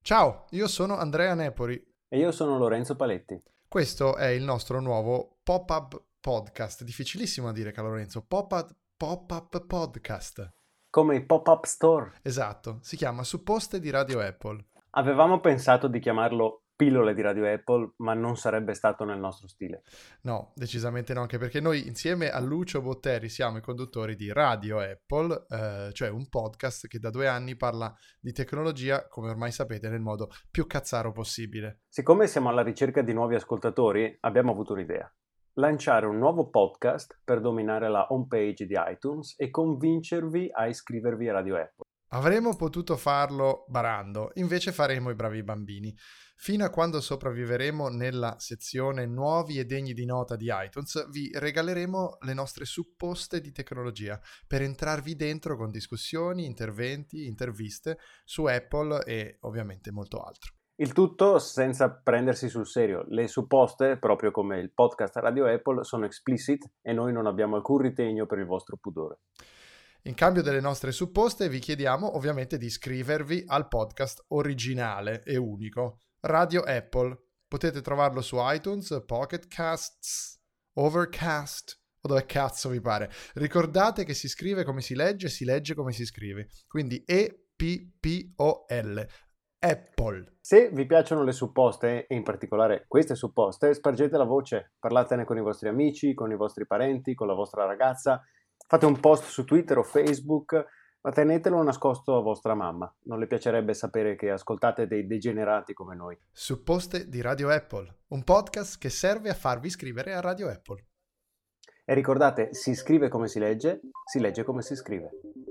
Ciao, io sono Andrea Nepori. E io sono Lorenzo Paletti. Questo è il nostro nuovo pop-up podcast. Difficilissimo a dire, caro Lorenzo. Pop-up podcast. Come i pop-up store. Esatto, si chiama Supposte di Radio Apple. Avevamo pensato di chiamarlo Pillole di Radio Apple, ma non sarebbe stato nel nostro stile. No, decisamente no, anche perché noi insieme a Lucio Botteri siamo i conduttori di Radio Apple, cioè un podcast che da 2 anni parla di tecnologia, come ormai sapete, nel modo più cazzaro possibile. Siccome siamo alla ricerca di nuovi ascoltatori, abbiamo avuto un'idea. Lanciare un nuovo podcast per dominare la homepage di iTunes e convincervi a iscrivervi a Radio Apple. Avremmo potuto farlo barando, invece faremo i bravi bambini. Fino a quando sopravviveremo nella sezione nuovi e degni di nota di iTunes, vi regaleremo le nostre supposte di tecnologia per entrarvi dentro con discussioni, interventi, interviste su Apple e ovviamente molto altro. Il tutto senza prendersi sul serio. Le supposte, proprio come il podcast Radio Apple, sono explicit e noi non abbiamo alcun ritegno per il vostro pudore. In cambio delle nostre supposte vi chiediamo ovviamente di iscrivervi al podcast originale e unico, Radio Apple. Potete trovarlo su iTunes, Pocket Casts, Overcast o dove cazzo vi pare. Ricordate che si scrive come si legge come si scrive. Quindi E-P-P-O-L. Apple. Se vi piacciono le supposte, e in particolare queste supposte, spargete la voce, parlatene con i vostri amici, con i vostri parenti, con la vostra ragazza, fate un post su Twitter o Facebook, ma tenetelo nascosto a vostra mamma. Non le piacerebbe sapere che ascoltate dei degenerati come noi. Supposte di Radio Apple, un podcast che serve a farvi iscrivere a Radio Apple. E ricordate, si scrive come si legge come si scrive.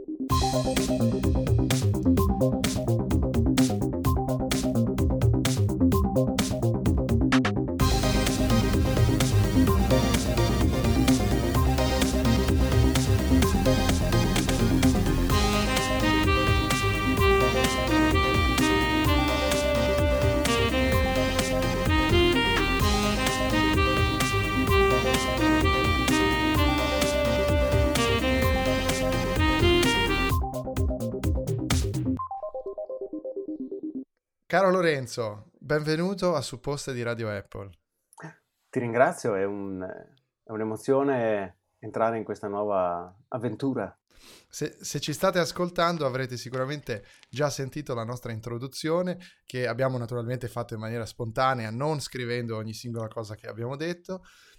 Caro Lorenzo, benvenuto a Supposte di Radio Apple. Ti ringrazio, è un'emozione entrare in questa nuova avventura. Se ci state ascoltando avrete sicuramente già sentito la nostra introduzione, che abbiamo naturalmente fatto in maniera spontanea, non scrivendo ogni singola cosa che abbiamo detto.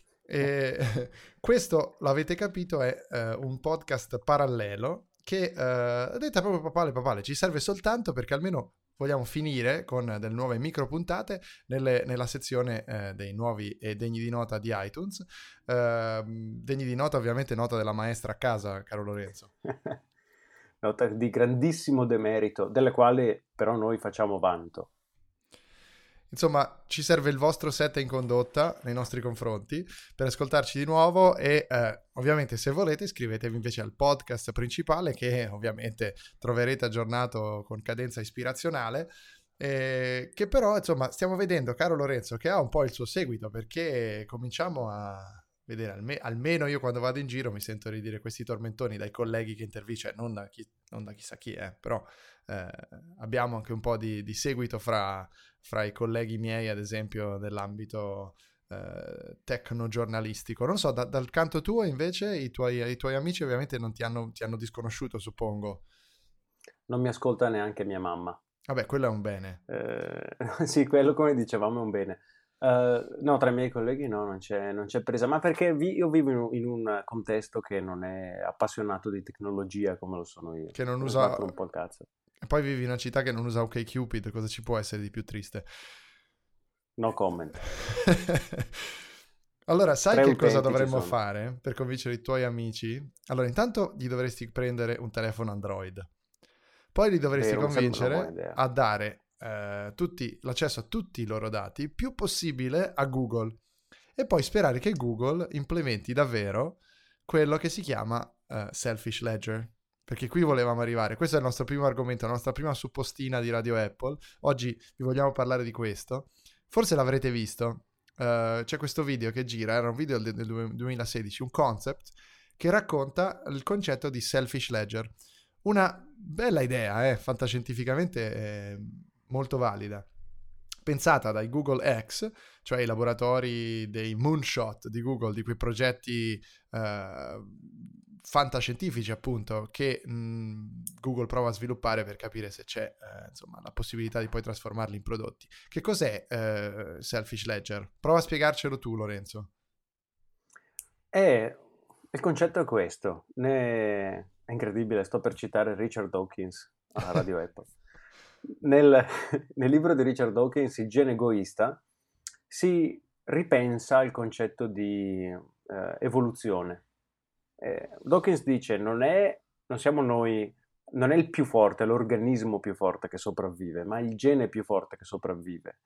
E questo, l'avete capito, è un podcast parallelo che, detta proprio papale, ci serve soltanto perché almeno vogliamo finire con delle nuove micro puntate nella sezione dei nuovi e degni di nota di iTunes. Degni di nota, ovviamente, nota della maestra a casa, caro Lorenzo. Nota di grandissimo demerito, delle quali però noi facciamo vanto. Insomma, ci serve il vostro set in condotta nei nostri confronti per ascoltarci di nuovo e ovviamente se volete iscrivetevi invece al podcast principale che ovviamente troverete aggiornato con cadenza ispirazionale che però insomma stiamo vedendo, caro Lorenzo, che ha un po' il suo seguito perché cominciamo a vedere, almeno io quando vado in giro mi sento ridire questi tormentoni dai colleghi che intervisto, non da chissà chi è, però abbiamo anche un po' di seguito fra i colleghi miei, ad esempio, nell'ambito tecnogiornalistico. Non so, dal canto tuo invece i tuoi amici ovviamente non ti hanno disconosciuto, suppongo. Non mi ascolta neanche mia mamma. Vabbè, quello è un bene. Sì, quello come dicevamo è un bene. No, tra i miei colleghi no, non c'è presa, ma perché io vivo in un contesto che non è appassionato di tecnologia come lo sono io. Che non Mi usa... sbatto un po' il cazzo. E poi vivi in una città che non usa OkCupid, cosa ci può essere di più triste? No comment. Allora, sai 3 che cosa utenti ci dovremmo sono. fare per convincere i tuoi amici? Allora, intanto gli dovresti prendere un telefono Android. Poi li dovresti Vero, mi sembra una buona convincere idea. a dare l'accesso a tutti i loro dati più possibile a Google e poi sperare che Google implementi davvero quello che si chiama Selfish Ledger. Perché qui volevamo arrivare. Questo è il nostro primo argomento, la nostra prima suppostina di Radio Apple. Oggi vi vogliamo parlare di questo. Forse l'avrete visto. C'è questo video che gira, era un video del 2016, un concept che racconta il concetto di Selfish Ledger. Una bella idea, fantascientificamente molto valida, pensata dai Google X, cioè i laboratori dei moonshot di Google, di quei progetti fantascientifici appunto che Google prova a sviluppare per capire se c'è insomma la possibilità di poi trasformarli in prodotti. Che cos'è Selfish Ledger? Prova a spiegarcelo tu, Lorenzo. Il concetto è questo, è incredibile, sto per citare Richard Dawkins a Radio Apple. Nel libro di Richard Dawkins, Il gene egoista, si ripensa al concetto di evoluzione. Dawkins dice non siamo noi, non è il più forte, è l'organismo più forte che sopravvive, ma il gene più forte che sopravvive.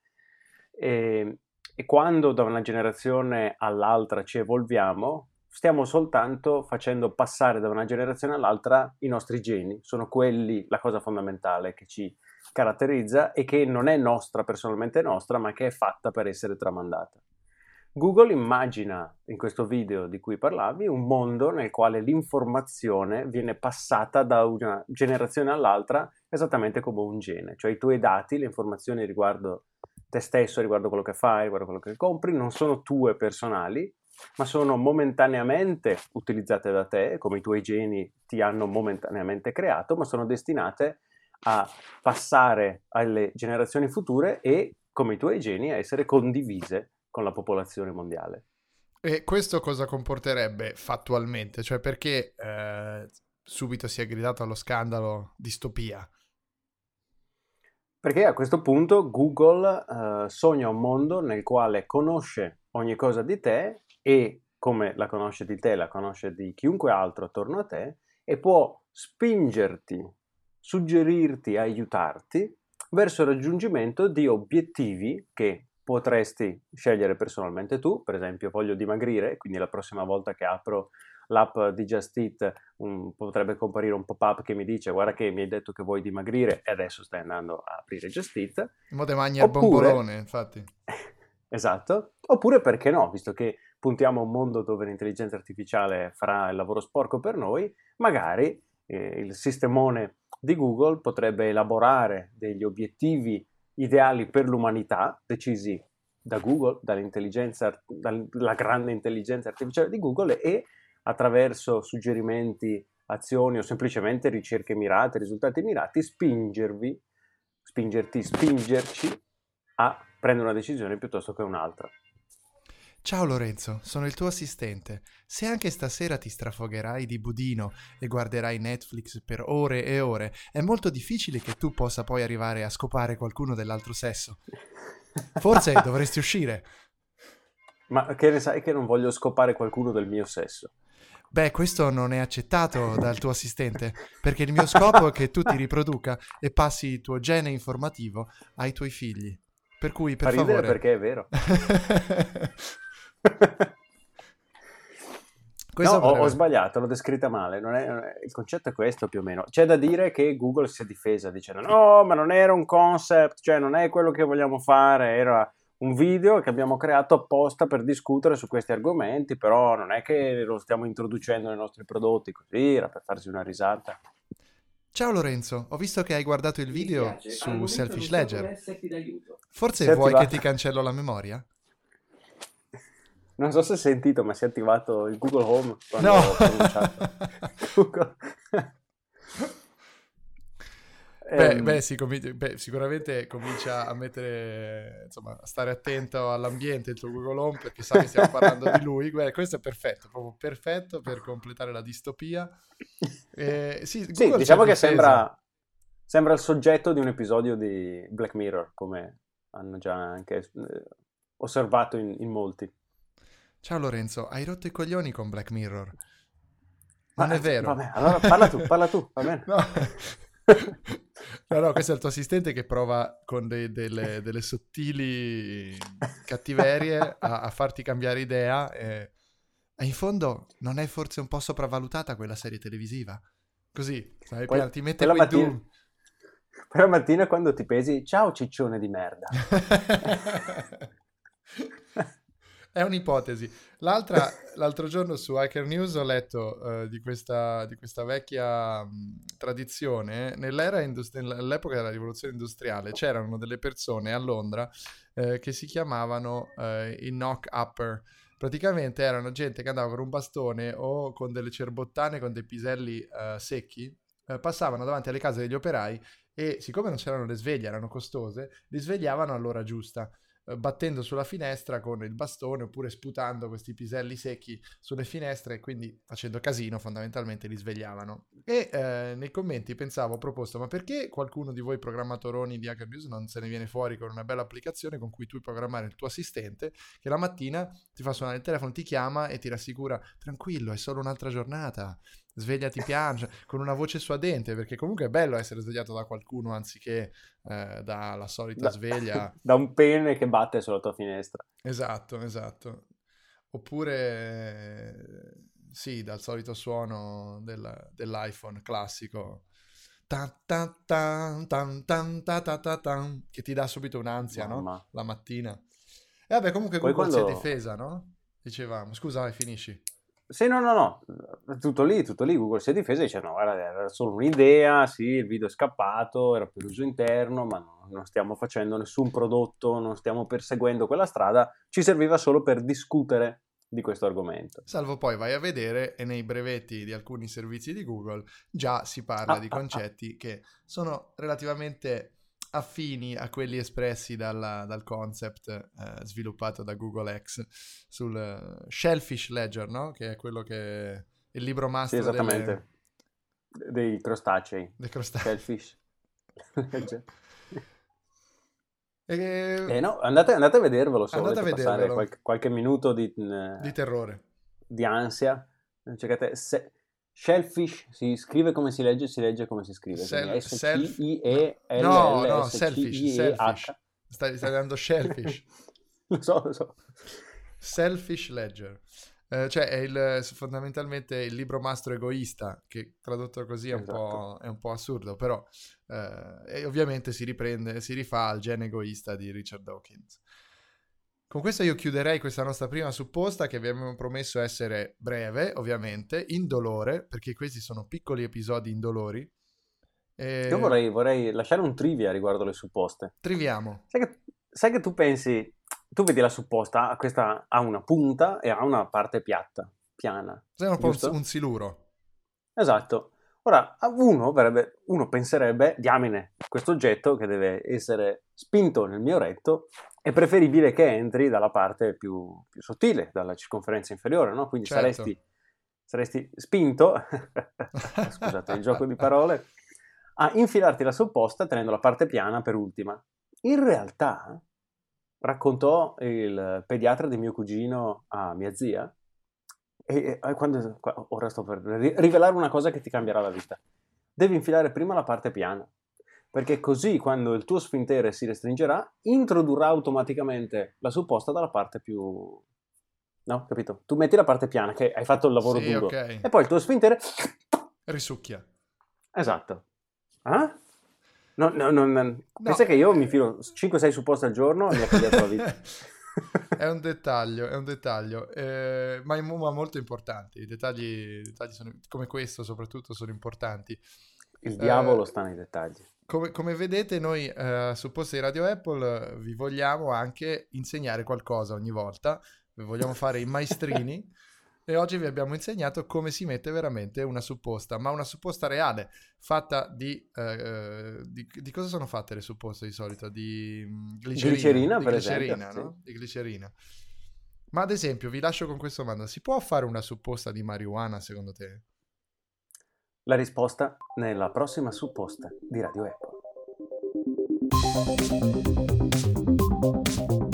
E quando da una generazione all'altra ci evolviamo, stiamo soltanto facendo passare da una generazione all'altra i nostri geni, sono quelli la cosa fondamentale che ci caratterizza e che non è nostra, personalmente nostra, ma che è fatta per essere tramandata. Google immagina, in questo video di cui parlavi, un mondo nel quale l'informazione viene passata da una generazione all'altra esattamente come un gene, cioè i tuoi dati, le informazioni riguardo te stesso, riguardo quello che fai, riguardo quello che compri, non sono tue personali, ma sono momentaneamente utilizzate da te, come i tuoi geni ti hanno momentaneamente creato, ma sono destinate a passare alle generazioni future e, come i tuoi geni, a essere condivise con la popolazione mondiale. E questo cosa comporterebbe fattualmente? Cioè perché subito si è gridato allo scandalo distopia? Perché a questo punto Google sogna un mondo nel quale conosce ogni cosa di te e come la conosce di te, la conosce di chiunque altro attorno a te e può spingerti, suggerirti, aiutarti verso il raggiungimento di obiettivi che potresti scegliere personalmente tu. Per esempio, voglio dimagrire, quindi la prossima volta che apro l'app di Just Eat potrebbe comparire un pop-up che mi dice guarda che mi hai detto che vuoi dimagrire e adesso stai andando a aprire Just Eat. Mo te mangi il bombolone, infatti. Esatto. Oppure perché no, visto che puntiamo a un mondo dove l'intelligenza artificiale farà il lavoro sporco per noi, magari il sistemone di Google potrebbe elaborare degli obiettivi ideali per l'umanità, decisi da Google, dalla grande intelligenza artificiale di Google e attraverso suggerimenti, azioni o semplicemente ricerche mirate, risultati mirati, spingerci a prendere una decisione piuttosto che un'altra. Ciao Lorenzo, sono il tuo assistente. Se anche stasera ti strafogherai di budino e guarderai Netflix per ore e ore, è molto difficile che tu possa poi arrivare a scopare qualcuno dell'altro sesso. Forse dovresti uscire. Ma che ne sai che non voglio scopare qualcuno del mio sesso? Beh, questo non è accettato dal tuo assistente, perché il mio scopo è che tu ti riproduca e passi il tuo gene informativo ai tuoi figli. Per cui, per favore... perché è vero. No, ho sbagliato, l'ho descritta male. Il concetto è questo più o meno. C'è da dire che Google si è difesa dicendo no, ma non era un concept, cioè non è quello che vogliamo fare, era un video che abbiamo creato apposta per discutere su questi argomenti, però non è che lo stiamo introducendo nei nostri prodotti così, era per farsi una risata. Ciao Lorenzo, ho visto che hai guardato il video su Selfish Ledger. Forse Si è vuoi attivato. che ti cancello la memoria? Non so se hai sentito, ma si è attivato il Google Home quando No! ho pronunciato Google. Sicuramente comincia a mettere, insomma, a stare attento all'ambiente, il tuo Google Home, perché sa che stiamo parlando di lui. Guarda, questo è perfetto, proprio perfetto per completare la distopia. Sì, diciamo che sembra il soggetto di un episodio di Black Mirror, come hanno già anche osservato in molti. Ciao Lorenzo, hai rotto i coglioni con Black Mirror. Non è vero. Vabbè, allora parla tu, va bene. No, questo è il tuo assistente che prova con delle sottili cattiverie a farti cambiare idea. E in fondo non è forse un po' sopravvalutata quella serie televisiva? Così, sai, ti mette quel poi la mattina quando ti pesi, ciao ciccione di merda. È un'ipotesi. L'altro giorno su Hacker News ho letto di questa vecchia tradizione. Nell'epoca della rivoluzione industriale c'erano delle persone a Londra che si chiamavano i knock-upper. Praticamente erano gente che andava con un bastone o con delle cerbottane, con dei piselli secchi, passavano davanti alle case degli operai e siccome non c'erano le sveglie, erano costose, li svegliavano all'ora giusta, battendo sulla finestra con il bastone oppure sputando questi piselli secchi sulle finestre e quindi facendo casino fondamentalmente li svegliavano. E nei commenti pensavo, ho proposto, ma perché qualcuno di voi programmatoroni di Hacker News non se ne viene fuori con una bella applicazione con cui tu puoi programmare il tuo assistente che la mattina ti fa suonare il telefono, ti chiama e ti rassicura, tranquillo, è solo un'altra giornata, svegliati piano, con una voce suadente, perché comunque è bello essere svegliato da qualcuno anziché dalla solita sveglia. Da un pene che batte sulla tua finestra. Esatto. Oppure sì, dal solito suono dell'iPhone classico. Tan tan tan tan tan ta ta ta tan, che ti dà subito un'ansia, no? Mamma. La mattina. E vabbè, comunque Poi Google si è quando... difesa, no? Dicevamo, scusa, vai, finisci. Sì, no, tutto lì, Google si è difesa e dice no, guarda, era solo un'idea, sì, il video è scappato, era per uso interno, ma non stiamo facendo nessun prodotto, non stiamo perseguendo quella strada, ci serviva solo per discutere di questo argomento. Salvo poi vai a vedere e nei brevetti di alcuni servizi di Google già si parla di concetti che sono relativamente affini a quelli espressi dal concept sviluppato da Google X sul Shellfish Ledger, no? Che è quello che è il libro Sì, mastro esattamente, dei crostacei, dei crostacei. Shellfish Ledger. E... No, andate a vedervelo, se andate a volete passare vedervelo. qualche minuto Di terrore. di ansia. Cercate Shellfish, si scrive come si legge come si scrive. S-C-I-E-L-L-S-C-I-E-H. No, selfish. Stai dando shellfish. Lo so. Selfish Ledger. Cioè è fondamentalmente il libro mastro egoista, che tradotto così è Esatto. è un po' assurdo, però e ovviamente si rifà al gen egoista di Richard Dawkins. Con questo io chiuderei questa nostra prima supposta, che vi abbiamo promesso essere breve, ovviamente, indolore, perché questi sono piccoli episodi indolori. Io vorrei lasciare un trivia riguardo le supposte. Triviamo. Sai che tu pensi, tu vedi la supposta, questa ha una punta e ha una parte piana, Sei un po' giusto? un siluro. Esatto. Ora, uno penserebbe, diamine, questo oggetto che deve essere spinto nel mio retto è preferibile che entri dalla parte più sottile, dalla circonferenza inferiore, no? Quindi Certo. saresti spinto, scusate il gioco di parole, a infilarti la supposta tenendo la parte piana per ultima. In realtà, raccontò il pediatra di mio cugino a mia zia, e ora sto per rivelare una cosa che ti cambierà la vita. Devi infilare prima la parte piana, perché così quando il tuo sfintere si restringerà, introdurrà automaticamente la supposta dalla parte più... No, capito? Tu metti la parte piana, che hai fatto il lavoro duro, okay. E poi il tuo sfintere... risucchia. Esatto. Pensa che io mi filo 5-6 supposte al giorno e mi ha cambiato la vita. È un dettaglio, ma molto importanti. I dettagli come questo soprattutto sono importanti. Il diavolo sta nei dettagli. Come vedete noi su Poste di Radio Apple vi vogliamo anche insegnare qualcosa ogni volta, vi vogliamo fare i maestrini e oggi vi abbiamo insegnato come si mette veramente una supposta, ma una supposta reale, fatta di cosa sono fatte le supposte di solito? Di glicerina, per esempio, no? Di glicerina. Ma ad esempio, vi lascio con questa domanda, si può fare una supposta di marijuana secondo te? La risposta nella prossima supposta di Radio Apple.